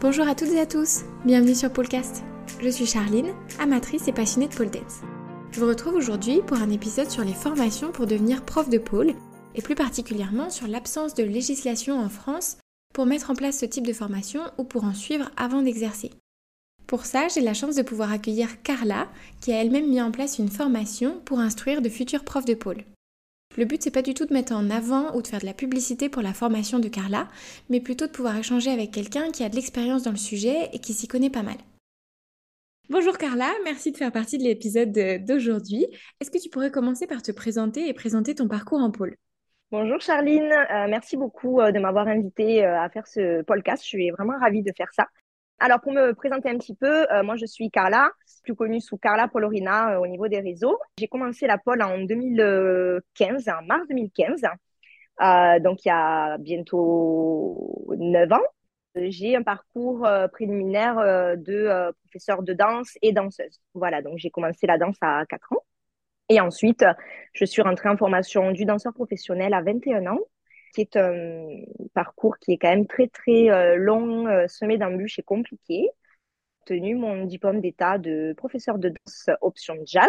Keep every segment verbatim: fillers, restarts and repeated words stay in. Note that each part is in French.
Bonjour à toutes et à tous, bienvenue sur Polecast. Je suis Charline, amatrice et passionnée de pole dance. Je vous retrouve aujourd'hui pour un épisode sur les formations pour devenir prof de pole et plus particulièrement sur l'absence de législation en France pour mettre en place ce type de formation ou pour en suivre avant d'exercer. Pour ça, j'ai la chance de pouvoir accueillir Carla qui a elle-même mis en place une formation pour instruire de futurs profs de pole. Le but, c'est pas du tout de mettre en avant ou de faire de la publicité pour la formation de Carla, mais plutôt de pouvoir échanger avec quelqu'un qui a de l'expérience dans le sujet et qui s'y connaît pas mal. Bonjour Carla, merci de faire partie de l'épisode d'aujourd'hui. Est-ce que tu pourrais commencer par te présenter et présenter ton parcours en pole ? Bonjour Charline, euh, merci beaucoup euh, de m'avoir invitée euh, à faire ce podcast. Je suis vraiment ravie de faire ça. Alors pour me présenter un petit peu, euh, moi je suis Carla, plus connue sous Carla Polorina euh, au niveau des réseaux. J'ai commencé la pole en deux mille quinze, en mars deux mille quinze, euh, donc il y a bientôt neuf ans. J'ai un parcours euh, préliminaire euh, de euh, professeur de danse et danseuse. Voilà, donc j'ai commencé la danse à quatre ans. Et ensuite, je suis rentrée en formation du danseur professionnel à vingt et un ans, qui est un parcours qui est quand même très, très euh, long, euh, semé d'embûches et compliqué. J'ai obtenu mon diplôme d'état de professeur de danse option jazz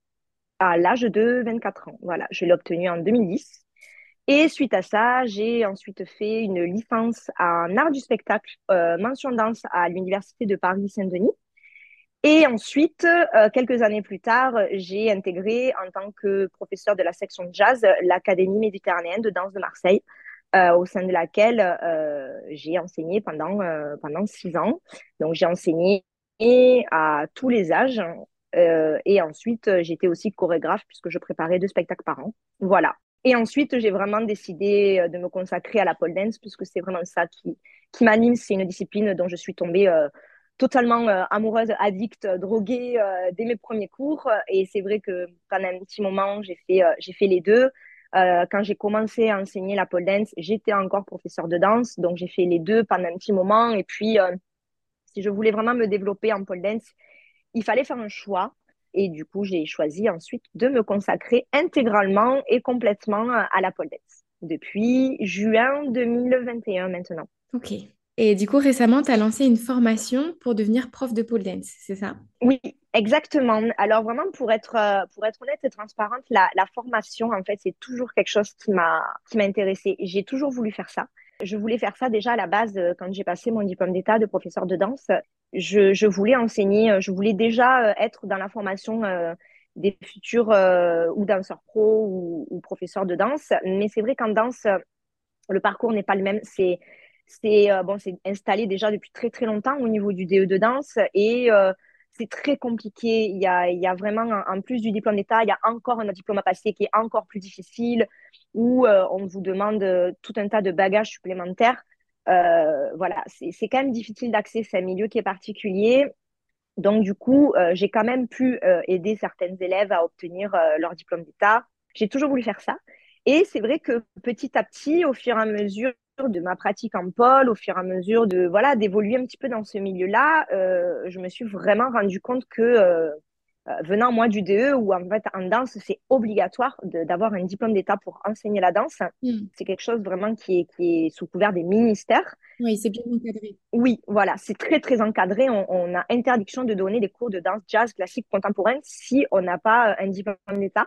à l'âge de vingt-quatre ans. Voilà, je l'ai obtenu en deux mille dix. Et suite à ça, j'ai ensuite fait une licence en art du spectacle, euh, mention danse à l'Université de Paris-Saint-Denis. Et ensuite, euh, quelques années plus tard, j'ai intégré en tant que professeur de la section jazz l'Académie méditerranéenne de danse de Marseille, euh, au sein de laquelle euh, j'ai enseigné pendant, euh, pendant six ans. Donc, j'ai enseigné à tous les âges. Euh, et ensuite, j'étais aussi chorégraphe puisque je préparais deux spectacles par an. Voilà. Et ensuite, j'ai vraiment décidé de me consacrer à la pole dance puisque c'est vraiment ça qui, qui m'anime. C'est une discipline dont je suis tombée euh, totalement euh, amoureuse, addicte, droguée euh, dès mes premiers cours. Et c'est vrai que pendant un petit moment, j'ai fait, euh, j'ai fait les deux. Euh, quand j'ai commencé à enseigner la pole dance, j'étais encore professeure de danse. Donc, j'ai fait les deux pendant un petit moment. Et puis, euh, si je voulais vraiment me développer en pole dance, il fallait faire un choix. Et du coup, j'ai choisi ensuite de me consacrer intégralement et complètement à la pole dance depuis juin deux mille vingt et un maintenant. Ok. Et du coup, récemment, tu as lancé une formation pour devenir prof de pole dance, c'est ça ? Oui, exactement. Alors vraiment, pour être, euh, pour être honnête et transparente, la, la formation, en fait, c'est toujours quelque chose qui m'a, qui m'a intéressée. J'ai toujours voulu faire ça. Je voulais faire ça déjà à la base, euh, quand j'ai passé mon diplôme d'état de professeur de danse. Je, je voulais enseigner, euh, je voulais déjà euh, être dans la formation euh, des futurs euh, ou danseurs pro ou, ou professeurs de danse. Mais c'est vrai qu'en danse, euh, le parcours n'est pas le même. C'est, c'est, euh, bon, c'est installé déjà depuis très très longtemps au niveau du D E de danse et euh, c'est très compliqué. Il y a, il y a vraiment, en plus du diplôme d'État, il y a encore un autre diplôme à passer qui est encore plus difficile, où euh, on vous demande euh, tout un tas de bagages supplémentaires. Euh, voilà, c'est, c'est quand même difficile d'accès. C'est un milieu qui est particulier. Donc, du coup, euh, j'ai quand même pu euh, aider certaines élèves à obtenir euh, leur diplôme d'État. J'ai toujours voulu faire ça. Et c'est vrai que petit à petit, au fur et à mesure de ma pratique en pole, au fur et à mesure de voilà d'évoluer un petit peu dans ce milieu-là, euh, je me suis vraiment rendu compte que euh, euh, venant moi du D E, où en fait en danse c'est obligatoire de- d'avoir un diplôme d'État pour enseigner la danse, Hmm. c'est quelque chose vraiment qui est, qui est sous couvert des ministères. Oui, c'est bien encadré. Oui, voilà, c'est très très encadré. On, on a interdiction de donner des cours de danse jazz classique contemporaine si on n'a pas euh, un diplôme d'État.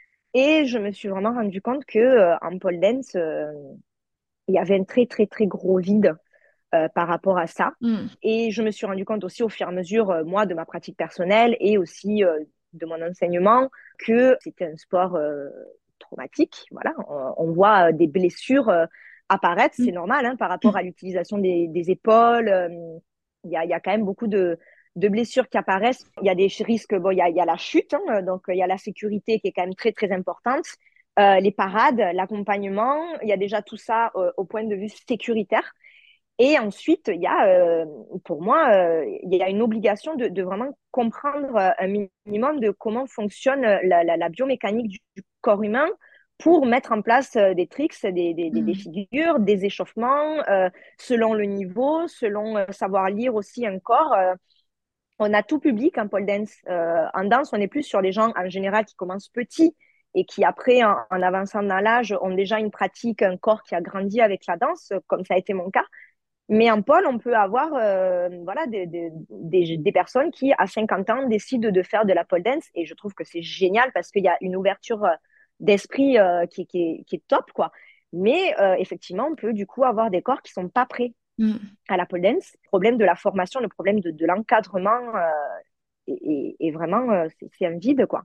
Et je me suis vraiment rendu compte que euh, en pole dance, euh, il y avait un très très très gros vide euh, par rapport à ça. Hmm. Et je me suis rendu compte aussi au fur et à mesure, euh, moi, de ma pratique personnelle et aussi euh, de mon enseignement, que c'était un sport euh, traumatique. Voilà, on, on voit euh, des blessures euh, apparaître, c'est normal hein, par rapport à l'utilisation des, des épaules. euh, Il y a, il y a quand même beaucoup de, de blessures qui apparaissent. Il y a des risques, bon, il y a, il y a la chute, hein, donc il y a la sécurité qui est quand même très, très importante. Euh, les parades, l'accompagnement, il y a déjà tout ça euh, au point de vue sécuritaire. Et ensuite, il y a, euh, pour moi, euh, il y a une obligation de, de vraiment comprendre euh, un minimum de comment fonctionne la, la, la biomécanique du, du corps humain pour mettre en place euh, des tricks, des, des, des, des Hmm. figures, des échauffements, euh, selon le niveau, selon euh, savoir lire aussi un corps. Euh, on a tout public en pole dance. Euh, en danse, on est plus sur des gens en général qui commencent petits et qui après, en, en avançant dans l'âge, ont déjà une pratique, un corps qui a grandi avec la danse, comme ça a été mon cas. Mais en pôle, on peut avoir euh, voilà, des, des, des, des personnes qui, à cinquante ans, décident de faire de la pole dance. Et je trouve que c'est génial parce qu'il y a une ouverture euh, d'esprit euh, qui, qui, est, qui est top, quoi. Mais euh, effectivement, on peut du coup avoir des corps qui sont pas prêts Mm. à la pole dance. Le problème de la formation, le problème de, de l'encadrement, euh, est, est, est vraiment, euh, c'est, c'est un vide, quoi.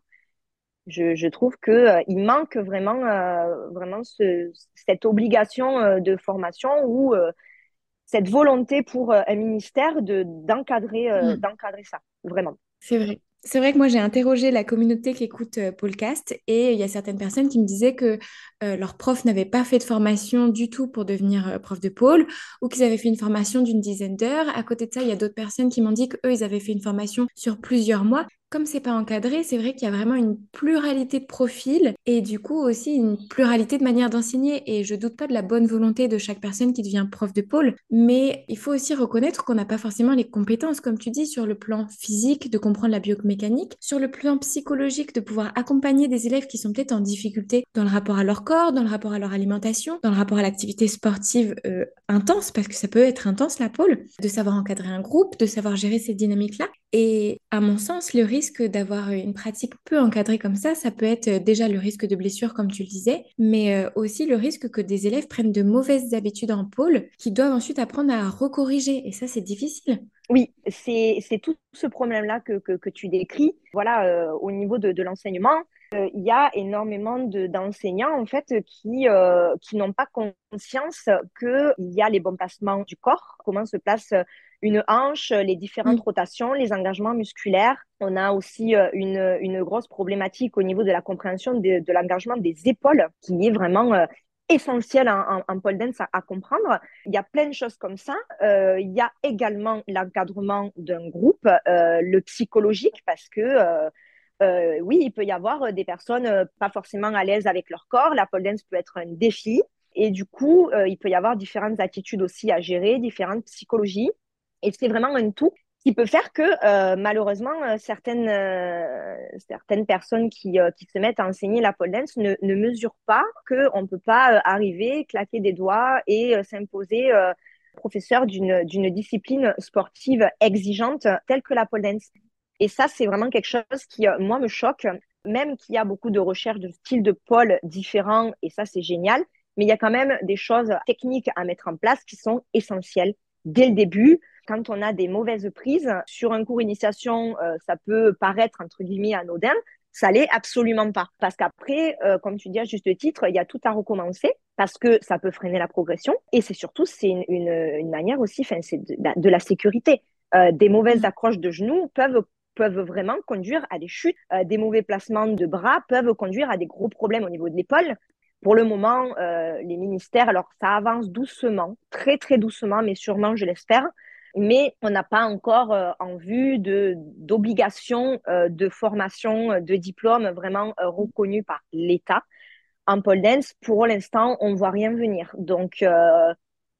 Je, je trouve que euh, il manque vraiment, euh, vraiment ce, cette obligation euh, de formation ou euh, cette volonté pour euh, un ministère de d'encadrer euh, Mm. d'encadrer ça, vraiment. C'est vrai. C'est vrai que moi, j'ai interrogé la communauté qui écoute euh, Podcast et il y a certaines personnes qui me disaient que euh, leurs profs n'avaient pas fait de formation du tout pour devenir euh, prof de pôle ou qu'ils avaient fait une formation d'une dizaine d'heures. À côté de ça, il y a d'autres personnes qui m'ont dit qu'eux, ils avaient fait une formation sur plusieurs mois. Comme c'est pas encadré, c'est vrai qu'il y a vraiment une pluralité de profils et du coup aussi une pluralité de manières d'enseigner. Et je doute pas de la bonne volonté de chaque personne qui devient prof de pôle, mais il faut aussi reconnaître qu'on n'a pas forcément les compétences, comme tu dis, sur le plan physique, de comprendre la biomécanique, sur le plan psychologique, de pouvoir accompagner des élèves qui sont peut-être en difficulté dans le rapport à leur corps, dans le rapport à leur alimentation, dans le rapport à l'activité sportive euh, intense, parce que ça peut être intense la pôle, de savoir encadrer un groupe, de savoir gérer ces dynamiques-là. Et à mon sens, le risque d'avoir une pratique peu encadrée comme ça, ça peut être euh, déjà le risque de blessure, comme tu le disais, mais euh, aussi le risque que des élèves prennent de mauvaises habitudes en pôle, qui doivent ensuite apprendre à recorriger. Et ça, c'est difficile. Oui, c'est c'est tout ce problème-là que, que, que tu décris. Voilà, euh, au niveau de, de l'enseignement, euh, il y a énormément de, d'enseignants en fait qui euh, qui n'ont pas conscience que il y a les bons placements du corps, comment se place une hanche, les différentes Mm. rotations, les engagements musculaires. On a aussi euh, une, une grosse problématique au niveau de la compréhension de, de l'engagement des épaules, qui est vraiment euh, essentiel en, en, en pole dance à, à comprendre. Il y a plein de choses comme ça. Euh, il y a également l'encadrement d'un groupe, euh, le psychologique, parce que euh, euh, oui, il peut y avoir des personnes euh, pas forcément à l'aise avec leur corps. La pole dance peut être un défi. Et du coup, euh, il peut y avoir différentes attitudes aussi à gérer, différentes psychologies. Et c'est vraiment un tout qui peut faire que euh, malheureusement, euh, certaines, euh, certaines personnes qui, euh, qui se mettent à enseigner la pole dance ne, ne mesurent pas qu'on ne peut pas euh, arriver, claquer des doigts et euh, s'imposer euh, professeur d'une, d'une discipline sportive exigeante telle que la pole dance. Et ça, c'est vraiment quelque chose qui, euh, moi, me choque, même qu'il y a beaucoup de recherches de styles de pole différents, et ça, c'est génial, mais il y a quand même des choses techniques à mettre en place qui sont essentielles dès le début. Quand on a des mauvaises prises sur un cours initiation, euh, ça peut paraître entre guillemets anodin, ça l'est absolument pas. Parce qu'après, euh, comme tu dis à juste titre, il y a tout à recommencer parce que ça peut freiner la progression et c'est surtout c'est une, une, une manière aussi, enfin c'est de, de la sécurité. Euh, des mauvaises Mm. accroches de genoux peuvent peuvent vraiment conduire à des chutes. Euh, des mauvais placements de bras peuvent conduire à des gros problèmes au niveau de l'épaule. Pour le moment, euh, les ministères, alors ça avance doucement, très très doucement, mais sûrement, je l'espère, mais on n'a pas encore euh, en vue de, d'obligation euh, de formation, de diplôme vraiment euh, reconnu par l'État. En pole dance, pour l'instant, on ne voit rien venir. Donc, euh,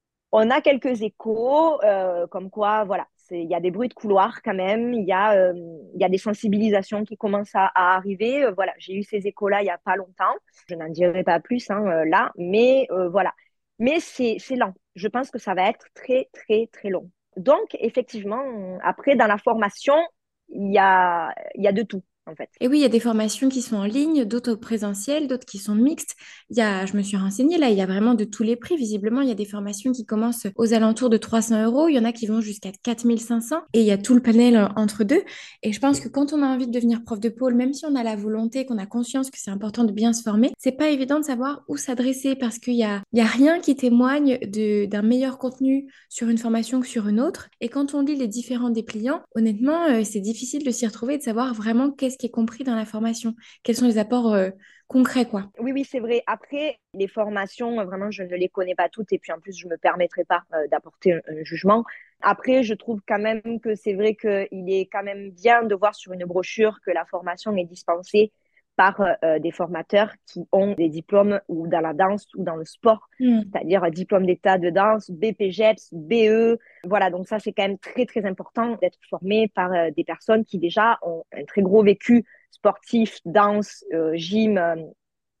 on a quelques échos, euh, comme quoi, voilà, c'est, il y a des bruits de couloir quand même, il y a, euh, il y a des sensibilisations qui commencent à, à arriver. Euh, voilà, j'ai eu ces échos-là il n'y a pas longtemps. Je n'en dirai pas plus hein, euh, là, mais euh, voilà. Mais c'est, c'est lent. Je pense que ça va être très, très, très long. Donc, effectivement, après, dans la formation, il y a, il y a de tout, en fait. Et oui, il y a des formations qui sont en ligne, d'autres au présentiel, d'autres qui sont mixtes. Il y a, je me suis renseignée là, il y a vraiment de tous les prix. Visiblement, il y a des formations qui commencent aux alentours de trois cents euros. Il y en a qui vont jusqu'à quatre mille cinq cents. Et il y a tout le panel euh, entre deux. Et je pense que quand on a envie de devenir prof de pôle, même si on a la volonté, qu'on a conscience que c'est important de bien se former, c'est pas évident de savoir où s'adresser parce qu'il y a, il y a rien qui témoigne de, d'un meilleur contenu sur une formation que sur une autre. Et quand on lit les différents dépliants, honnêtement, euh, c'est difficile de s'y retrouver et de savoir vraiment qu'est-ce qui est compris dans la formation, quels sont les apports euh, concrets, quoi. Oui, oui, c'est vrai. Après, les formations, euh, vraiment, je ne les connais pas toutes et puis en plus, je ne me permettrai pas euh, d'apporter un, un jugement. Après, je trouve quand même que c'est vrai qu'il est quand même bien de voir sur une brochure que la formation est dispensée par euh, des formateurs qui ont des diplômes ou dans la danse ou dans le sport, Mm. c'est-à-dire un diplôme d'état de danse, B P G E P S, B E. Voilà, donc ça, c'est quand même très, très important d'être formé par euh, des personnes qui déjà ont un très gros vécu sportif, danse, euh, gym, euh,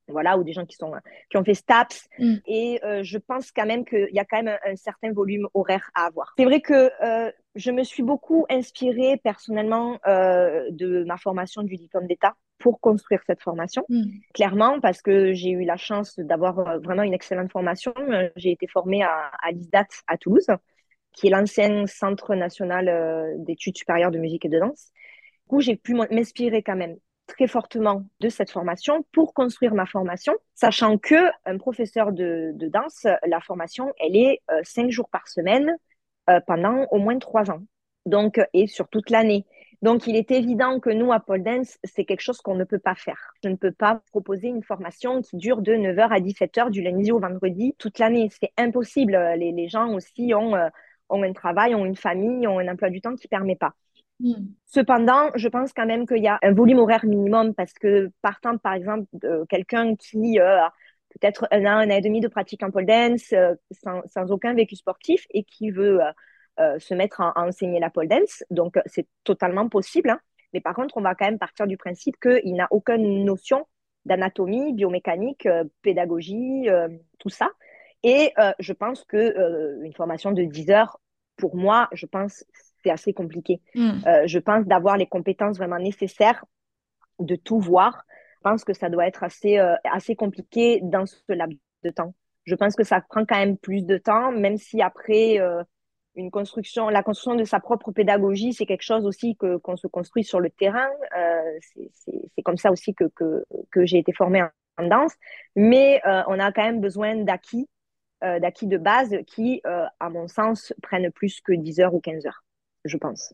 voilà, ou des gens qui sont qui ont fait STAPS. Mm. Et euh, je pense quand même qu'il y a quand même un, un certain volume horaire à avoir. C'est vrai que euh, je me suis beaucoup inspirée personnellement euh, de ma formation du diplôme d'État pour construire cette formation. Mm. Clairement, parce que j'ai eu la chance d'avoir euh, vraiment une excellente formation. Euh, J'ai été formée à, à l'I S D A T à Toulouse, qui est l'ancien Centre national euh, d'études supérieures de musique et de danse. Du coup, j'ai pu m'inspirer quand même très fortement de cette formation pour construire ma formation, sachant que un professeur de, de danse, la formation, elle est euh, cinq jours par semaine euh, pendant au moins trois ans, donc et sur toute l'année. Donc, il est évident que nous, à Pole Dance, c'est quelque chose qu'on ne peut pas faire. Je ne peux pas proposer une formation qui dure de neuf heures à dix-sept heures du lundi au vendredi toute l'année. C'est impossible. Les, les gens aussi ont, euh, ont un travail, ont une famille, ont un emploi du temps qui ne permet pas. Mm. Cependant, je pense quand même qu'il y a un volume horaire minimum parce que partant, par exemple, de quelqu'un qui euh, a peut-être un an, un an et demi de pratique en pole dance euh, sans, sans aucun vécu sportif et qui veut euh, euh, se mettre à, à enseigner la pole dance, donc euh, c'est totalement possible. Hein. Mais par contre, on va quand même partir du principe qu'il n'a aucune notion d'anatomie, biomécanique, euh, pédagogie, euh, tout ça. Et euh, je pense que euh, une formation de dix heures, pour moi, je pense c'est assez compliqué. Mm. Euh, je pense d'avoir les compétences vraiment nécessaires, de tout voir. Je pense que ça doit être assez, euh, assez compliqué dans ce laps de temps. Je pense que ça prend quand même plus de temps, même si après, euh, une construction, la construction de sa propre pédagogie, c'est quelque chose aussi que, qu'on se construit sur le terrain. Euh, c'est, c'est, c'est comme ça aussi que, que, que j'ai été formée en, en danse. Mais euh, on a quand même besoin d'acquis, euh, d'acquis de base qui, euh, à mon sens, prennent plus que dix heures ou quinze heures, je pense.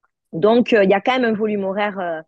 Donc, euh, il y a quand même un volume horaire euh,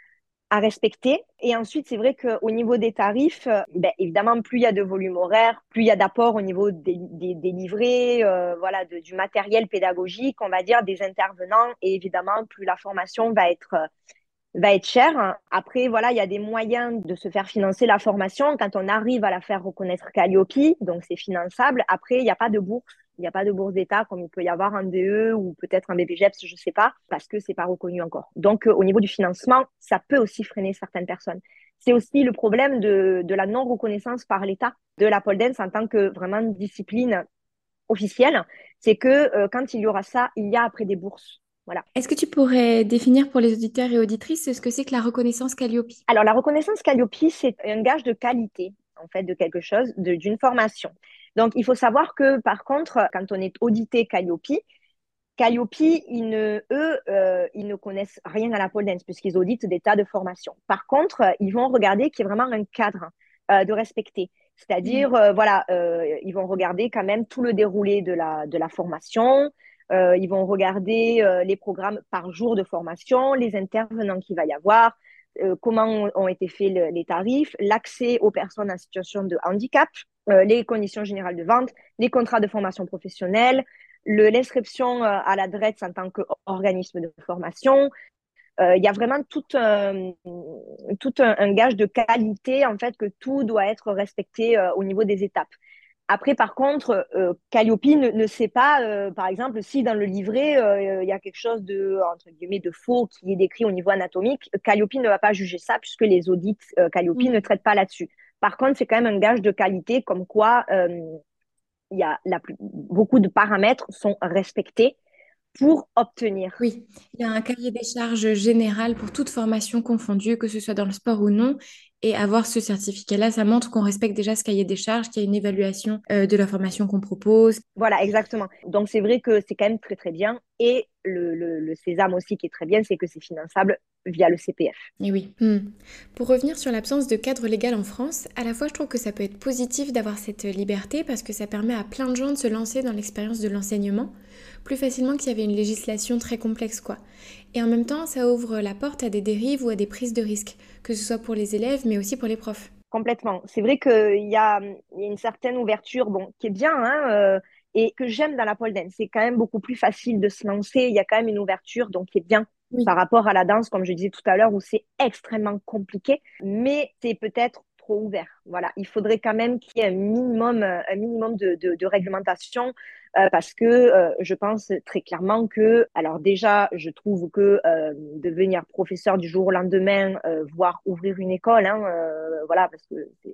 à respecter. Et ensuite, c'est vrai qu'au niveau des tarifs, euh, ben, évidemment, plus il y a de volume horaire, plus il y a d'apport au niveau des, des, des livrets, euh, voilà, de, du matériel pédagogique, on va dire, des intervenants. Et évidemment, plus la formation va être, euh, va être chère. Après, voilà, il y a des moyens de se faire financer la formation quand on arrive à la faire reconnaître Calliope, donc c'est finançable. Après, il n'y a pas de bourse. Il n'y a pas de bourse d'État comme il peut y avoir un D E ou peut-être un B P G E P S, je ne sais pas, parce que c'est pas reconnu encore. Donc, euh, au niveau du financement, ça peut aussi freiner certaines personnes. C'est aussi le problème de, de la non-reconnaissance par l'État de la pole dance en tant que vraiment discipline officielle. C'est que euh, quand il y aura ça, il y a après des bourses. Voilà. Est-ce que tu pourrais définir pour les auditeurs et auditrices ce que c'est que la reconnaissance Calliope? Alors, la reconnaissance Calliope, c'est un gage de qualité, en fait, de quelque chose, de, d'une formation. Donc, il faut savoir que, par contre, quand on est audité Calliope, Calliope, ils ne, eux, euh, ils ne connaissent rien à la pole dance puisqu'ils auditent des tas de formations. Par contre, euh, ils vont regarder qu'il y a vraiment un cadre euh, de respecter. C'est-à-dire, Mm. euh, voilà, euh, ils vont regarder quand même tout le déroulé de la, de la formation. Euh, ils vont regarder euh, les programmes par jour de formation, les intervenants qu'il va y avoir, euh, comment ont, ont été faits le, les tarifs, l'accès aux personnes en situation de handicap, euh, les conditions générales de vente, les contrats de formation professionnelle, le, l'inscription euh, à la D R E T S en tant qu'organisme de formation. Euh, il y a vraiment tout, un, tout un, un, gage de qualité, en fait, que tout doit être respecté euh, au niveau des étapes. Après, par contre, euh, Calliope ne, ne sait pas, euh, par exemple, si dans le livret, euh, il y a quelque chose de, entre guillemets, de faux qui est décrit au niveau anatomique, Calliope ne va pas juger ça puisque les audits euh, Calliope Mm. ne traitent pas là-dessus. Par contre, c'est quand même un gage de qualité comme quoi euh, il y a la plus, beaucoup de paramètres sont respectés pour obtenir. Oui, il y a un cahier des charges général pour toute formation confondue, que ce soit dans le sport ou non. Et avoir ce certificat-là, ça montre qu'on respecte déjà ce cahier des charges, qu'il y a une évaluation euh, de la formation qu'on propose. Voilà, exactement. Donc, c'est vrai que c'est quand même très, très bien. Et le, le, le sésame aussi qui est très bien, c'est que c'est finançable via le C P F. Et oui. Hmm. Pour revenir sur l'absence de cadre légal en France, à la fois je trouve que ça peut être positif d'avoir cette liberté parce que ça permet à plein de gens de se lancer dans l'expérience de l'enseignement plus facilement qu'il y avait une législation très complexe quoi. Et en même temps, ça ouvre la porte à des dérives ou à des prises de risques, que ce soit pour les élèves mais aussi pour les profs. Complètement. C'est vrai qu'il y a, il y a une certaine ouverture, bon, qui est bien, hein, euh, et que j'aime dans la pole dance. C'est quand même beaucoup plus facile de se lancer. Il y a quand même une ouverture, donc qui est bien Oui. par rapport à la danse, comme je disais tout à l'heure, où c'est extrêmement compliqué, mais c'est peut-être trop ouvert. Voilà, il faudrait quand même qu'il y ait un minimum, euh, un minimum de, de, de réglementation, euh, parce que euh, je pense très clairement que, alors déjà, je trouve que euh, devenir professeur du jour au lendemain, euh, voire ouvrir une école, hein, euh, voilà, parce que c'est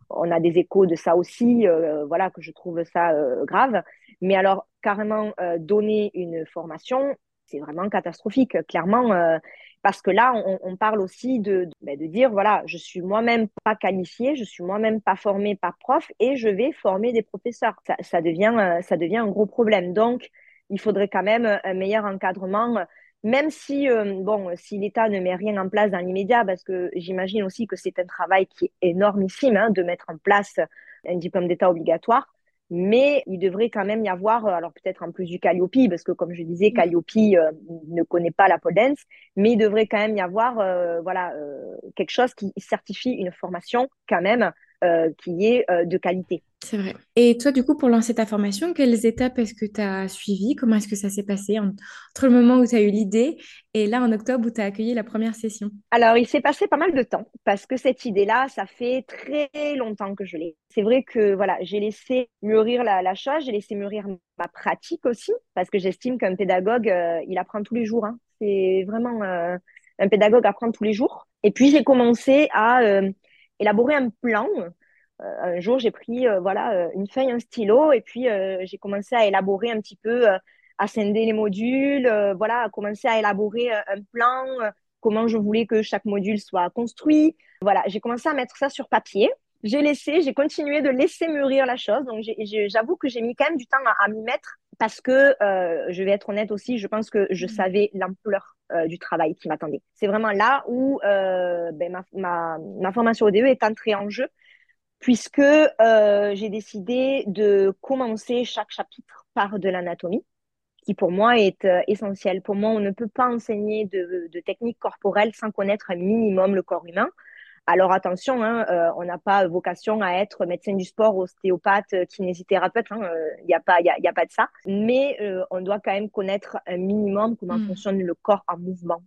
on a des échos de ça aussi, euh, voilà, que je trouve ça euh, grave. Mais alors, carrément, euh, donner une formation, c'est vraiment catastrophique, clairement, euh, parce que là, on, on parle aussi de, de, ben, de dire, voilà, je suis moi-même pas qualifiée, je suis moi-même pas formée par prof et je vais former des professeurs. Ça, ça devient, euh, ça devient un gros problème. Donc, il faudrait quand même un meilleur encadrement, même si, euh, bon, si l'État ne met rien en place dans l'immédiat, parce que j'imagine aussi que c'est un travail qui est énormissime, hein, de mettre en place un diplôme d'État obligatoire. Mais il devrait quand même y avoir, euh, alors peut-être en plus du Calliope, parce que comme je disais, Oui. Calliope euh, ne connaît pas la pole dance, mais il devrait quand même y avoir euh, voilà, euh, quelque chose qui certifie une formation quand même euh, qui est euh, de qualité. C'est vrai. Et toi, du coup, pour lancer ta formation, quelles étapes est-ce que tu as suivies? Comment est-ce que ça s'est passé en- entre le moment où tu as eu l'idée et là, en octobre, où tu as accueilli la première session? Alors, il s'est passé pas mal de temps parce que cette idée-là, ça fait très longtemps que je l'ai. C'est vrai que voilà, j'ai laissé mûrir la, la chose, j'ai laissé mûrir ma pratique aussi parce que j'estime qu'un pédagogue, euh, il apprend tous les jours, hein. C'est vraiment euh, un pédagogue apprend tous les jours. Et puis, j'ai commencé à euh, élaborer un plan. Euh, un jour, j'ai pris euh, voilà euh, une feuille, un stylo et puis euh, j'ai commencé à élaborer un petit peu, euh, à scinder les modules, euh, voilà, à commencer à élaborer euh, un plan. Euh, comment je voulais que chaque module soit construit. Voilà, j'ai commencé à mettre ça sur papier. J'ai laissé, j'ai continué de laisser mûrir la chose. Donc, j'ai- j'ai- j'avoue que j'ai mis quand même du temps à, à m'y mettre parce que, euh, je vais être honnête aussi, je pense que je savais l'ampleur euh, du travail qui m'attendait. C'est vraiment là où euh, ben, ma, ma, ma formation O D E est entrée en jeu puisque euh, j'ai décidé de commencer chaque chapitre par de l'anatomie qui pour moi est euh, essentiel. Pour moi, on ne peut pas enseigner de, de techniques corporelles sans connaître un minimum le corps humain. Alors attention, hein, euh, on n'a pas vocation à être médecin du sport, ostéopathe, euh, kinésithérapeute, il hein, n'y a, pas- y a, y a pas de ça. Mais euh, on doit quand même connaître un minimum comment Hmm. fonctionne le corps en mouvement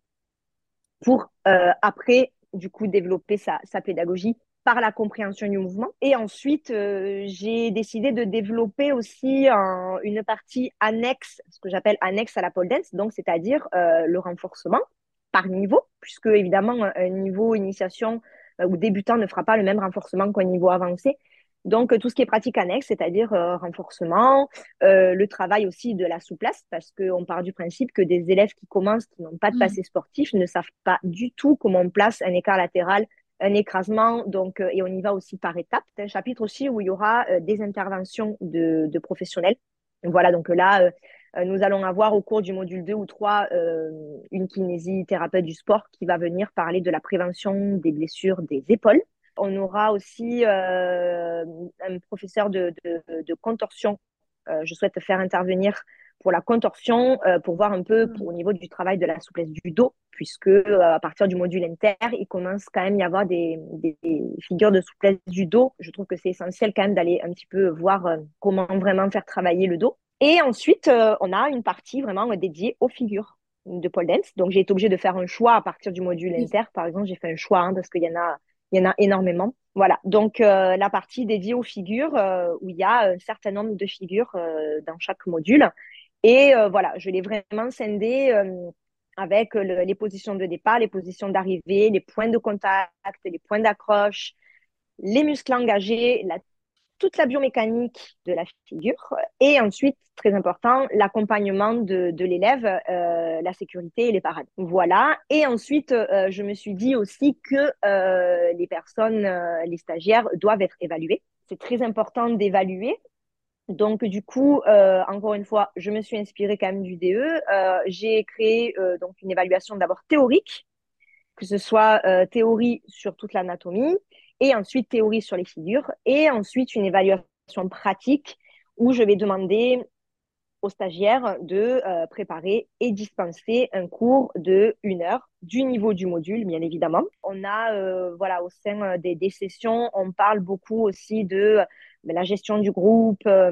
pour euh, après, du coup, développer sa, sa pédagogie par la compréhension du mouvement. Et ensuite, euh, j'ai décidé de développer aussi un- une partie annexe, ce que j'appelle annexe à la pole dance, donc c'est-à-dire euh, le renforcement par niveau, puisque évidemment, un niveau initiation euh, ou débutant ne fera pas le même renforcement qu'un niveau avancé. Donc, tout ce qui est pratique annexe, c'est-à-dire euh, renforcement, euh, le travail aussi de la souplesse, parce qu'on part du principe que des élèves qui commencent, qui n'ont pas de Hmm. passé sportif, ne savent pas du tout comment on place un écart latéral, un écrasement, donc, euh, et on y va aussi par étapes. C'est un chapitre aussi où il y aura euh, des interventions de, de professionnels. Donc, voilà, donc là, euh, euh, nous allons avoir au cours du module deux ou trois euh, une kinésithérapeute du sport qui va venir parler de la prévention des blessures des épaules. On aura aussi euh, un professeur de, de, de contorsion. Euh, je souhaite faire intervenir pour la contorsion, euh, pour voir un peu pour, au niveau du travail de la souplesse du dos, puisque euh, à partir du module inter, il commence quand même à y avoir des, des, des figures de souplesse du dos. Je trouve que c'est essentiel quand même d'aller un petit peu voir euh, comment vraiment faire travailler le dos. Et ensuite, euh, on a une partie vraiment dédiée aux figures de pole dance. Donc, j'ai été obligée de faire un choix à partir du module Oui. inter. Par exemple, j'ai fait un choix hein, parce qu'il y en a il y en a énormément. Voilà, donc euh, la partie dédiée aux figures, euh, où il y a un certain nombre de figures euh, dans chaque module. Et euh, voilà, je l'ai vraiment scindé euh, avec le, les positions de départ, les positions d'arrivée, les points de contact, les points d'accroche, les muscles engagés, la toute la biomécanique de la figure et ensuite, très important, l'accompagnement de, de l'élève, euh, la sécurité et les parades. Voilà. Et ensuite, euh, je me suis dit aussi que euh, les personnes, euh, les stagiaires doivent être évaluées. C'est très important d'évaluer. Donc, du coup, euh, encore une fois, je me suis inspirée quand même du D E. Euh, j'ai créé euh, donc une évaluation d'abord théorique que ce soit euh, théorie sur toute l'anatomie et ensuite théorie sur les figures et ensuite une évaluation pratique où je vais demander aux stagiaires de euh, préparer et dispenser un cours de une heure du niveau du module, bien évidemment. On a, euh, voilà, au sein des, des sessions, on parle beaucoup aussi de, de la gestion du groupe, euh,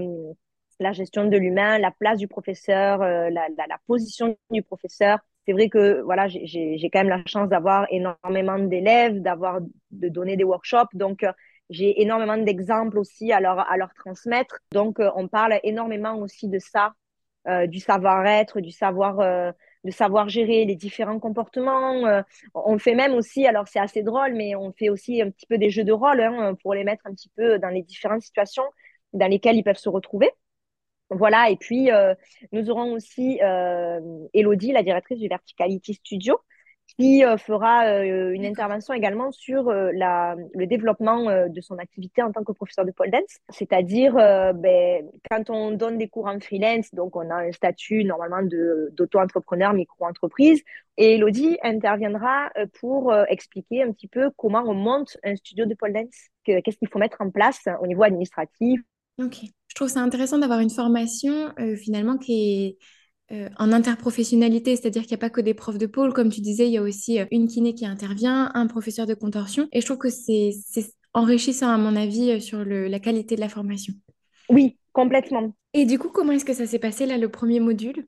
la gestion de l'humain, la place du professeur, euh, la, la, la position du professeur. C'est vrai que voilà, j'ai j'ai quand même la chance d'avoir énormément d'élèves, d'avoir de donner des workshops, donc euh, j'ai énormément d'exemples aussi à leur, à leur transmettre. Donc, euh, on parle énormément aussi de ça euh, du savoir-être, du savoir, euh, de savoir gérer les différents comportements. Euh, on fait même aussi, alors c'est assez drôle, mais on fait aussi un petit peu des jeux de rôle hein, pour les mettre un petit peu dans les différentes situations dans lesquelles ils peuvent se retrouver. Voilà, et puis euh, nous aurons aussi euh, Elodie, la directrice du Verticality Studio, qui euh, fera euh, une D'accord. intervention également sur euh, la, le développement euh, de son activité en tant que professeur de pole dance. C'est-à-dire, euh, ben, quand on donne des cours en freelance, donc on a un statut normalement de, d'auto-entrepreneur, micro-entreprise, et Elodie interviendra euh, pour euh, expliquer un petit peu comment on monte un studio de pole dance, que, qu'est-ce qu'il faut mettre en place au niveau administratif. Ok. Je trouve ça intéressant d'avoir une formation euh, finalement qui est euh, en interprofessionnalité, c'est-à-dire qu'il n'y a pas que des profs de pôle. Comme tu disais, il y a aussi euh, une kiné qui intervient, un professeur de contorsion. Et je trouve que c'est c'est enrichissant, à mon avis, euh, sur le, la qualité de la formation. Oui, complètement. Et du coup, comment est-ce que ça s'est passé là, le premier module?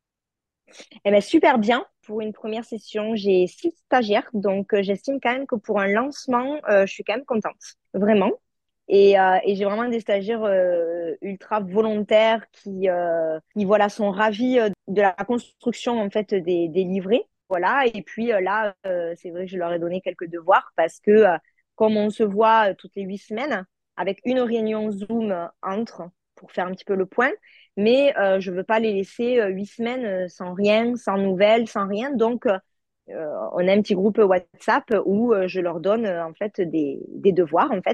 Eh ben, super bien. Pour une première session, j'ai six stagiaires, donc euh, j'estime quand même que pour un lancement, euh, je suis quand même contente, vraiment. Et, euh, et j'ai vraiment des stagiaires euh, ultra volontaires qui, euh, qui voilà, sont ravis euh, de la construction en fait des, des livrets. Voilà. Et puis euh, là, euh, c'est vrai que je leur ai donné quelques devoirs parce que euh, comme on se voit euh, toutes les huit semaines, avec une réunion Zoom euh, entre pour faire un petit peu le point, mais euh, je veux pas les laisser euh, huit semaines euh, sans rien, sans nouvelles, sans rien. Donc, euh, euh, on a un petit groupe WhatsApp où euh, je leur donne euh, en fait des, des devoirs en fait.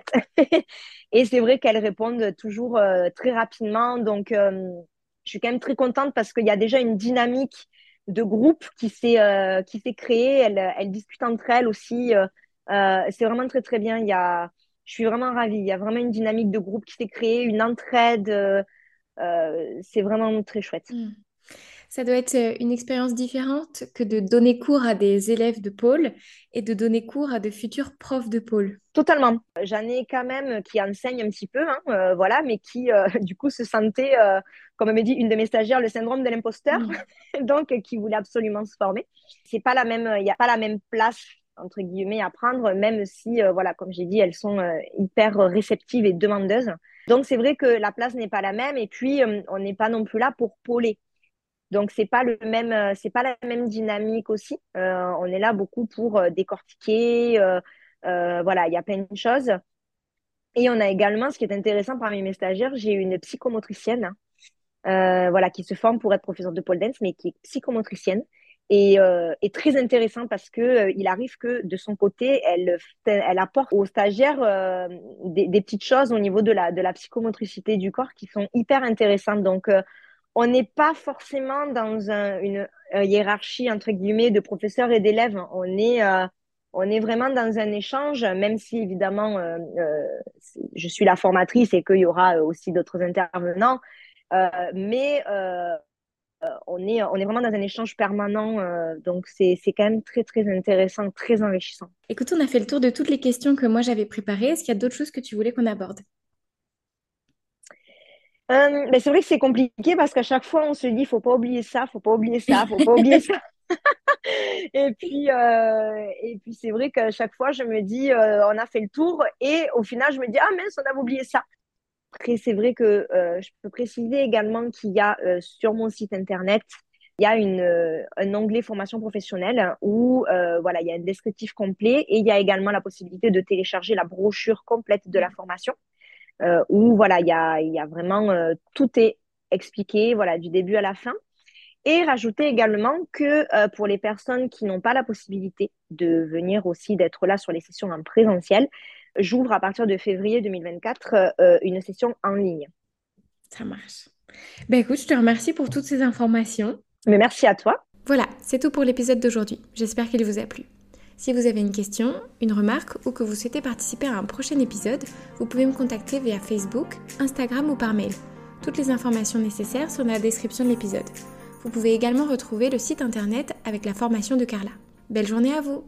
Et c'est vrai qu'elles répondent toujours euh, très rapidement. Donc, euh, je suis quand même très contente parce qu'il y a déjà une dynamique de groupe qui s'est euh, qui s'est créée. Elles, elles discutent entre elles aussi. Euh, euh, c'est vraiment très très bien. Il y a, je suis vraiment ravie. Il y a vraiment une dynamique de groupe qui s'est créée, une entraide. Euh, euh, c'est vraiment très chouette. Hmm. Ça doit être euh, une expérience différente que de donner cours à des élèves de pôle et de donner cours à de futurs profs de pôle. Totalement. J'en ai quand même qui enseignent un petit peu, hein, euh, voilà, mais qui euh, du coup se sentaient, euh, comme me dit une de mes stagiaires, le syndrome de l'imposteur, Hmm. donc euh, qui voulait absolument se former. C'est pas la même, il n'y a pas la même place entre guillemets à prendre, même si, euh, voilà, comme j'ai dit, elles sont euh, hyper réceptives et demandeuses. Donc c'est vrai que la place n'est pas la même, et puis euh, on n'est pas non plus là pour pôler. Donc c'est pas le même, euh, c'est pas la même dynamique aussi. Euh, on est là beaucoup pour euh, décortiquer. Euh, euh, voilà, il y a plein de choses. Et on a également, ce qui est intéressant parmi mes stagiaires, j'ai une psychomotricienne, euh, voilà, qui se forme pour être professeure de pole dance, mais qui est psychomotricienne. Et, euh, et très intéressant parce que euh, il arrive que de son côté, elle, elle apporte aux stagiaires euh, des, des petites choses au niveau de la, de la psychomotricité du corps qui sont hyper intéressantes. Donc, euh, on n'est pas forcément dans un- une euh, hiérarchie, entre guillemets, de professeurs et d'élèves. On est, euh, on est vraiment dans un échange, même si évidemment, euh, euh, c'est- je suis la formatrice et qu'il y aura euh, aussi d'autres intervenants. Euh, mais euh, on est, on est vraiment dans un échange permanent. Euh, donc, c'est, c'est quand même très, très intéressant, très enrichissant. Écoute, on a fait le tour de toutes les questions que moi j'avais préparées. Est-ce qu'il y a d'autres choses que tu voulais qu'on aborde? Euh, ben, c'est vrai que c'est compliqué parce qu'à chaque fois, on se dit, faut pas oublier ça, faut pas oublier ça, faut pas oublier ça. Et puis, euh, et puis c'est vrai qu'à chaque fois, je me dis, euh, on a fait le tour et au final, je me dis, ah mince, on a oublié ça. Après, c'est vrai que euh, je peux préciser également qu'il y a euh, sur mon site internet, il y a une, euh, un onglet formation professionnelle où euh, voilà, il y a un descriptif complet et il y a également la possibilité de télécharger la brochure complète de la formation euh, où voilà, il y a, il y a vraiment euh, tout est expliqué, voilà, du début à la fin. Et rajouter également que euh, pour les personnes qui n'ont pas la possibilité de venir aussi, d'être là sur les sessions en présentiel, j'ouvre à partir de février deux mille vingt-quatre euh, une session en ligne. Ça marche. Ben écoute, je te remercie pour toutes ces informations. Mais merci à toi. Voilà, c'est tout pour l'épisode d'aujourd'hui. J'espère qu'il vous a plu. Si vous avez une question, une remarque ou que vous souhaitez participer à un prochain épisode, vous pouvez me contacter via Facebook, Instagram ou par mail. Toutes les informations nécessaires sont dans la description de l'épisode. Vous pouvez également retrouver le site internet avec la formation de Carla. Belle journée à vous!